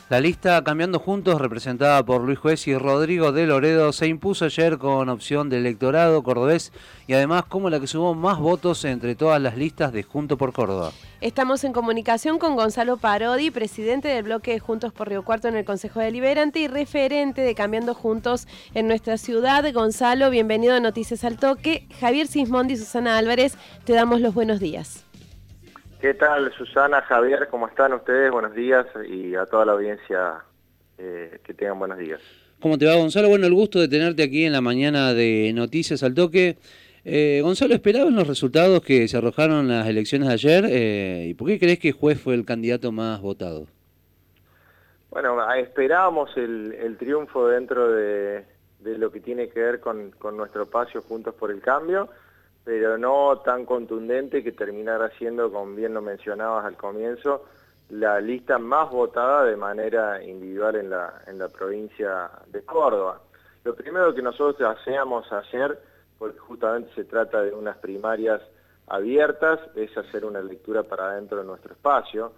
La lista Cambiando Juntos, representada por Luis Juez y Rodrigo de Loredo, se impuso ayer con opción de electorado cordobés y además como la que sumó más votos entre todas las listas de Juntos por Córdoba. Estamos en comunicación con Gonzalo Parodi, presidente del bloque de Juntos por Río Cuarto en el Consejo Deliberante y referente de Cambiando Juntos en nuestra ciudad. Gonzalo, bienvenido a Noticias al Toque. Javier Sismondi y Susana Álvarez, te damos los buenos días. ¿Qué tal, Susana, Javier? ¿Cómo están ustedes? Buenos días y a toda la audiencia que tengan buenos días. ¿Cómo te va, Gonzalo? Bueno, el gusto de tenerte aquí en la mañana de Noticias al Toque. Gonzalo, ¿esperaban los resultados que se arrojaron en las elecciones de ayer? ¿Y por qué crees que Juez fue el candidato más votado? Bueno, esperábamos el triunfo dentro de lo que tiene que ver con nuestro espacio Juntos por el Cambio, pero no tan contundente que terminara siendo, como bien lo mencionabas al comienzo, la lista más votada de manera individual en la provincia de Córdoba. Lo primero que nosotros hacíamos ayer, porque justamente se trata de unas primarias abiertas, es hacer una lectura para adentro de nuestro espacio,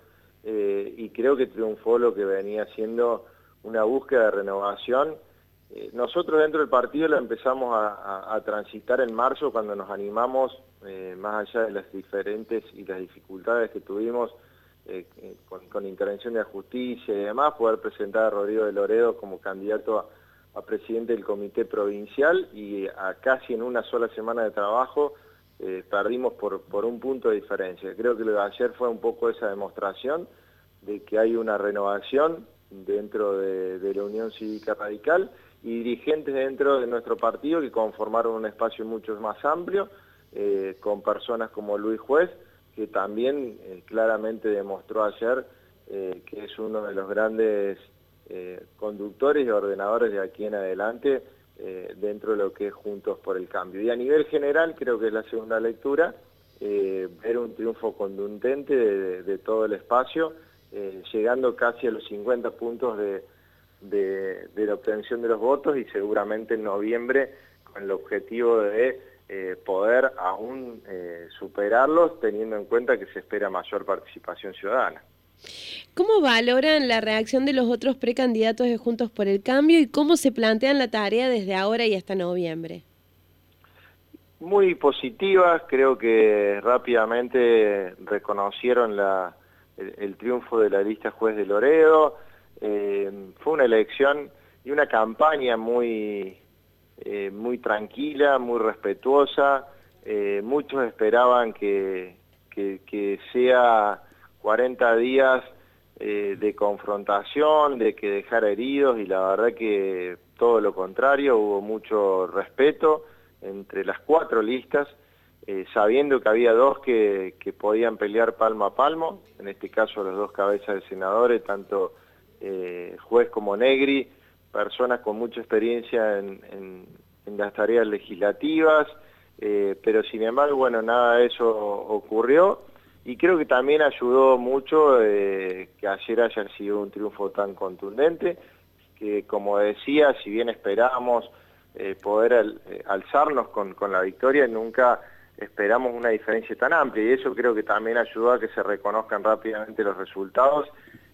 y creo que triunfó lo que venía siendo una búsqueda de renovación. Nosotros dentro del partido la empezamos a transitar en marzo cuando nos animamos, más allá de las diferentes y las dificultades que tuvimos con intervención de la justicia y demás, poder presentar a Rodrigo de Loredo como candidato a presidente del comité provincial y a casi en una sola semana de trabajo perdimos por un punto de diferencia. Creo que lo de ayer fue un poco esa demostración de que hay una renovación dentro de la Unión Cívica Radical y dirigentes dentro de nuestro partido que conformaron un espacio mucho más amplio, con personas como Luis Juez, que también claramente demostró ayer que es uno de los grandes conductores y ordenadores de aquí en adelante dentro de lo que es Juntos por el Cambio. Y a nivel general, creo que es la segunda lectura, ver un triunfo contundente de todo el espacio, llegando casi a los 50 puntos de la obtención de los votos y seguramente en noviembre con el objetivo de poder aún superarlos, teniendo en cuenta que se espera mayor participación ciudadana. ¿Cómo valoran la reacción de los otros precandidatos de Juntos por el Cambio y cómo se plantean la tarea desde ahora y hasta noviembre? Muy positivas, creo que rápidamente reconocieron el triunfo de la lista Juez de Loredo. Fue una elección y una campaña muy tranquila, muy respetuosa. Muchos esperaban que sea 40 días de confrontación, de que dejara heridos, y la verdad que todo lo contrario, hubo mucho respeto entre las cuatro listas, sabiendo que había dos que podían pelear palmo a palmo, en este caso los dos cabezas de senadores, tanto Juez como Negri, personas con mucha experiencia en las tareas legislativas, pero sin embargo, bueno, nada de eso ocurrió, y creo que también ayudó mucho que ayer haya sido un triunfo tan contundente, que como decía, si bien esperábamos poder alzarnos con la victoria, nunca esperamos una diferencia tan amplia, y eso creo que también ayudó a que se reconozcan rápidamente los resultados,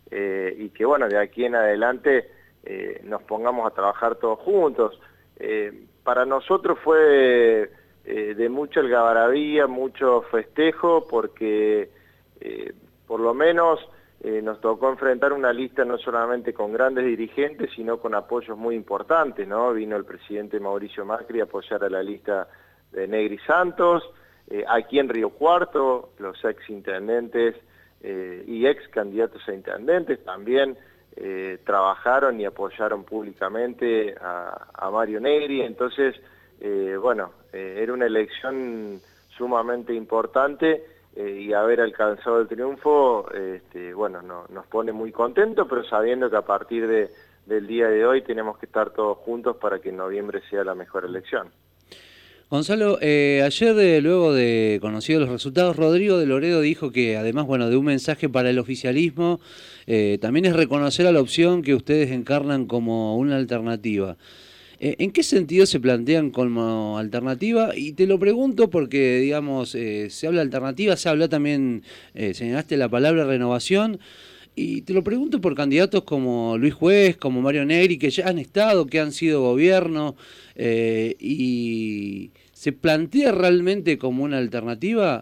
y que bueno, de aquí en adelante nos pongamos a trabajar todos juntos. Para nosotros fue de mucha algarabía, mucho festejo, porque por lo menos nos tocó enfrentar una lista no solamente con grandes dirigentes, sino con apoyos muy importantes, ¿no? Vino el presidente Mauricio Macri a apoyar a la lista de Negri Santos, aquí en Río Cuarto, los ex intendentes y ex candidatos a intendentes también trabajaron y apoyaron públicamente a Mario Negri. Entonces, bueno, era una elección sumamente importante, y haber alcanzado el triunfo, bueno, nos pone muy contentos, pero sabiendo que a partir del día de hoy tenemos que estar todos juntos para que en noviembre sea la mejor elección. Gonzalo, ayer luego de conocidos los resultados, Rodrigo de Loredo dijo que además, bueno, de un mensaje para el oficialismo, también es reconocer a la opción que ustedes encarnan como una alternativa. ¿En qué sentido se plantean como alternativa? Y te lo pregunto porque, digamos, se habla de alternativa, se habla también, señalaste la palabra renovación, Y te lo pregunto por candidatos como Luis Juez, como Mario Negri, que ya han estado, que han sido gobierno, y ¿se plantea realmente como una alternativa?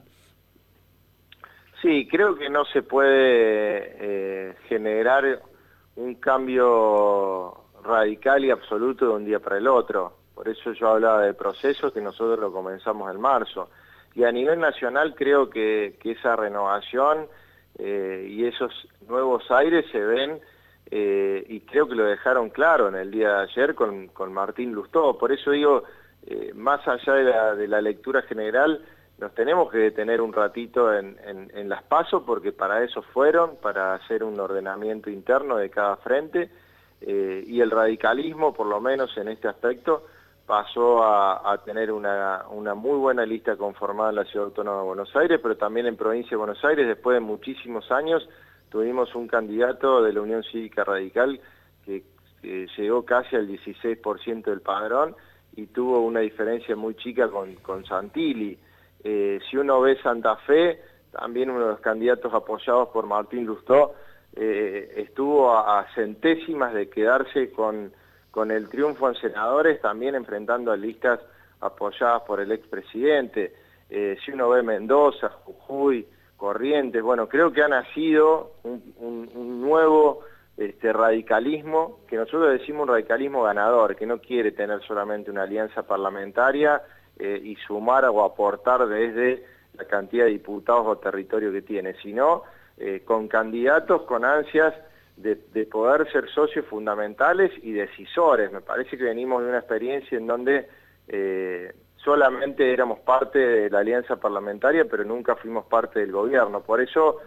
Sí, creo que no se puede generar un cambio radical y absoluto de un día para el otro. Por eso yo hablaba de procesos que nosotros lo comenzamos en marzo. Y a nivel nacional creo que esa renovación y esos nuevos aires se ven, y creo que lo dejaron claro en el día de ayer con Martín Lustó. Por eso digo, más allá de la lectura general, nos tenemos que detener un ratito en las PASO, porque para eso fueron, para hacer un ordenamiento interno de cada frente, y el radicalismo, por lo menos en este aspecto, pasó a tener una muy buena lista conformada en la Ciudad Autónoma de Buenos Aires, pero también en Provincia de Buenos Aires. Después de muchísimos años tuvimos un candidato de la Unión Cívica Radical que llegó casi al 16% del padrón y tuvo una diferencia muy chica con Santilli. Si uno ve Santa Fe, también uno de los candidatos apoyados por Martín Lustó estuvo a centésimas de quedarse con el triunfo en senadores, también enfrentando a listas apoyadas por el expresidente. Si uno ve Mendoza, Jujuy, Corrientes, bueno, creo que ha nacido un nuevo radicalismo, que nosotros decimos un radicalismo ganador, que no quiere tener solamente una alianza parlamentaria y sumar o aportar desde la cantidad de diputados o territorio que tiene, sino con candidatos con ansias de poder ser socios fundamentales y decisores. Me parece que venimos de una experiencia en donde solamente éramos parte de la alianza parlamentaria, pero nunca fuimos parte del gobierno. Por eso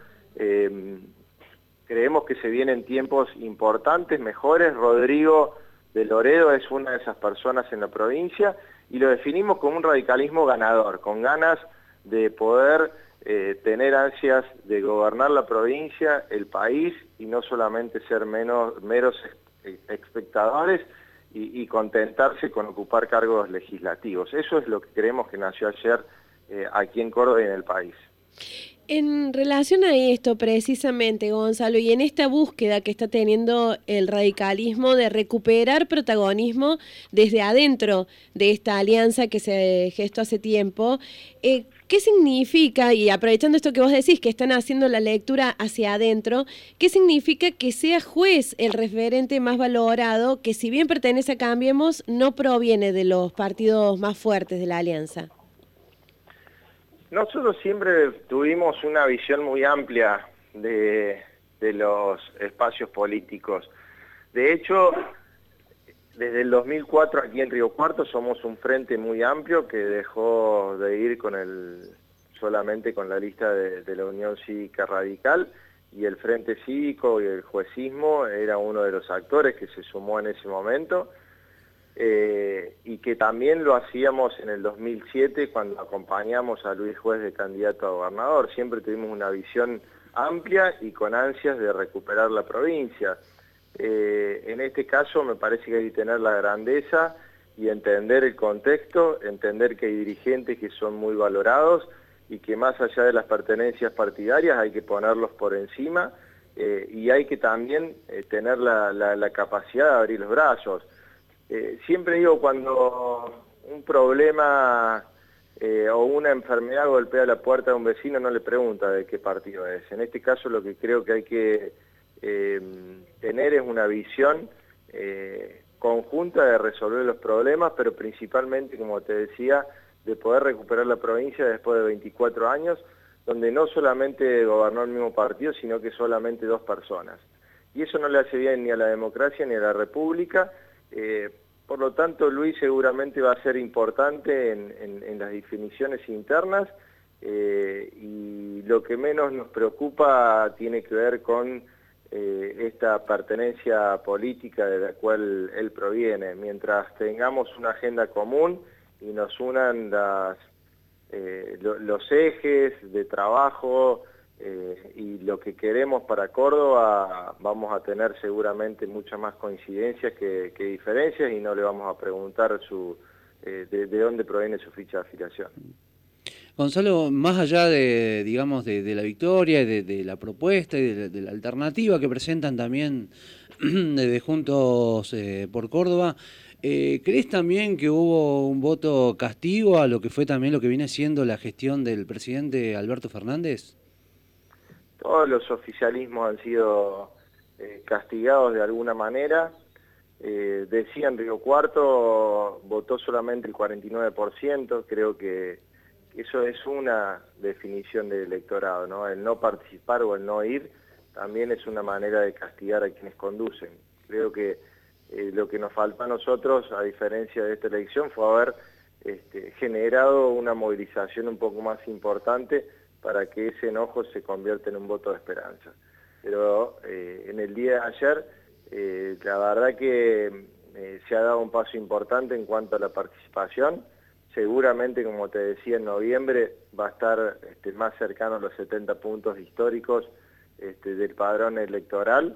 creemos que se vienen tiempos importantes, mejores. Rodrigo de Loredo es una de esas personas en la provincia y lo definimos como un radicalismo ganador, con ganas de poder tener ansias de gobernar la provincia, el país, y no solamente ser meros espectadores y contentarse con ocupar cargos legislativos. Eso es lo que creemos que nació ayer aquí en Córdoba y en el país. En relación a esto precisamente, Gonzalo, y en esta búsqueda que está teniendo el radicalismo de recuperar protagonismo desde adentro de esta alianza que se gestó hace tiempo, ¿qué significa, y aprovechando esto que vos decís, que están haciendo la lectura hacia adentro, qué significa que sea Juez el referente más valorado, que si bien pertenece a Cambiemos, no proviene de los partidos más fuertes de la alianza? Nosotros siempre tuvimos una visión muy amplia de los espacios políticos. De hecho, desde el 2004 aquí en Río Cuarto somos un frente muy amplio que dejó de ir solamente con la lista de la Unión Cívica Radical, y el Frente Cívico y el juecismo era uno de los actores que se sumó en ese momento. Y que también lo hacíamos en el 2007 cuando acompañamos a Luis Juez de candidato a gobernador. Siempre tuvimos una visión amplia y con ansias de recuperar la provincia. En este caso me parece que hay que tener la grandeza y entender el contexto, entender que hay dirigentes que son muy valorados y que más allá de las pertenencias partidarias hay que ponerlos por encima, y hay que también tener la capacidad de abrir los brazos. Siempre digo, cuando un problema o una enfermedad golpea la puerta de un vecino, no le pregunta de qué partido es. En este caso lo que creo que hay que tener es una visión conjunta de resolver los problemas, pero principalmente, como te decía, de poder recuperar la provincia después de 24 años, donde no solamente gobernó el mismo partido, sino que solamente dos personas. Y eso no le hace bien ni a la democracia ni a la república. Por lo tanto, Luis seguramente va a ser importante en las definiciones internas, y lo que menos nos preocupa tiene que ver con esta pertenencia política de la cual él proviene. Mientras tengamos una agenda común y nos unan los ejes de trabajo y lo que queremos para Córdoba, vamos a tener seguramente muchas más coincidencias que diferencias, y no le vamos a preguntar de dónde proviene su ficha de afiliación. Gonzalo, más allá de, digamos, de la victoria, de la propuesta y de la alternativa que presentan también desde Juntos por Córdoba, ¿crees también que hubo un voto castigo a lo que fue también lo que viene siendo la gestión del presidente Alberto Fernández? Todos los oficialismos han sido castigados de alguna manera. Decían Río Cuarto votó solamente el 49%, creo que eso es una definición de electorado, ¿no? El no participar o el no ir también es una manera de castigar a quienes conducen. Creo que lo que nos falta a nosotros, a diferencia de esta elección, fue haber generado una movilización un poco más importante para que ese enojo se convierta en un voto de esperanza. Pero en el día de ayer, la verdad que se ha dado un paso importante en cuanto a la participación. Seguramente, como te decía, en noviembre va a estar más cercano a los 70 puntos históricos del padrón electoral,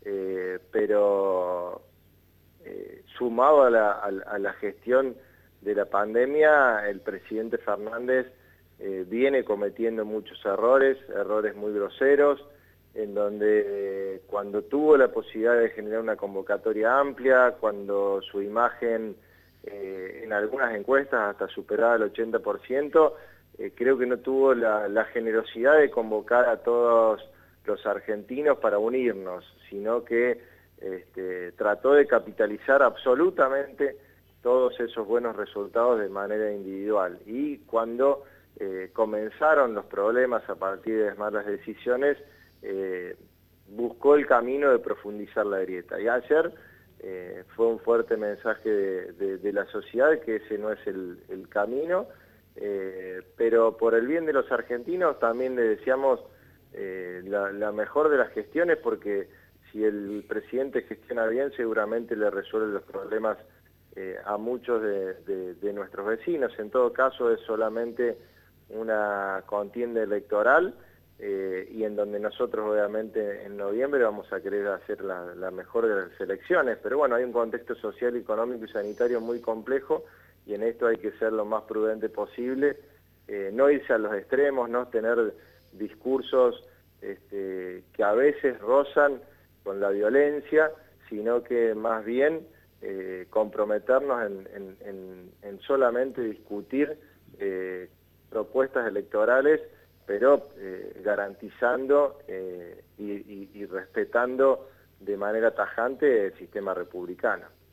pero sumado a la gestión de la pandemia, el presidente Fernández viene cometiendo muchos errores muy groseros, en donde cuando tuvo la posibilidad de generar una convocatoria amplia, cuando su imagen en algunas encuestas hasta superaba el 80%, creo que no tuvo la generosidad de convocar a todos los argentinos para unirnos, sino que trató de capitalizar absolutamente todos esos buenos resultados de manera individual. Y cuando comenzaron los problemas a partir de malas decisiones, buscó el camino de profundizar la grieta. Y ayer fue un fuerte mensaje de la sociedad que ese no es el camino, pero por el bien de los argentinos también le deseamos la mejor de las gestiones, porque si el presidente gestiona bien seguramente le resuelve los problemas a muchos de nuestros vecinos. En todo caso es solamente una contienda electoral, y en donde nosotros obviamente en noviembre vamos a querer hacer la mejor de las elecciones, pero bueno, hay un contexto social, económico y sanitario muy complejo, y en esto hay que ser lo más prudente posible, no irse a los extremos, no tener discursos que a veces rozan con la violencia, sino que más bien comprometernos en solamente discutir propuestas electorales, pero garantizando y respetando de manera tajante el sistema republicano.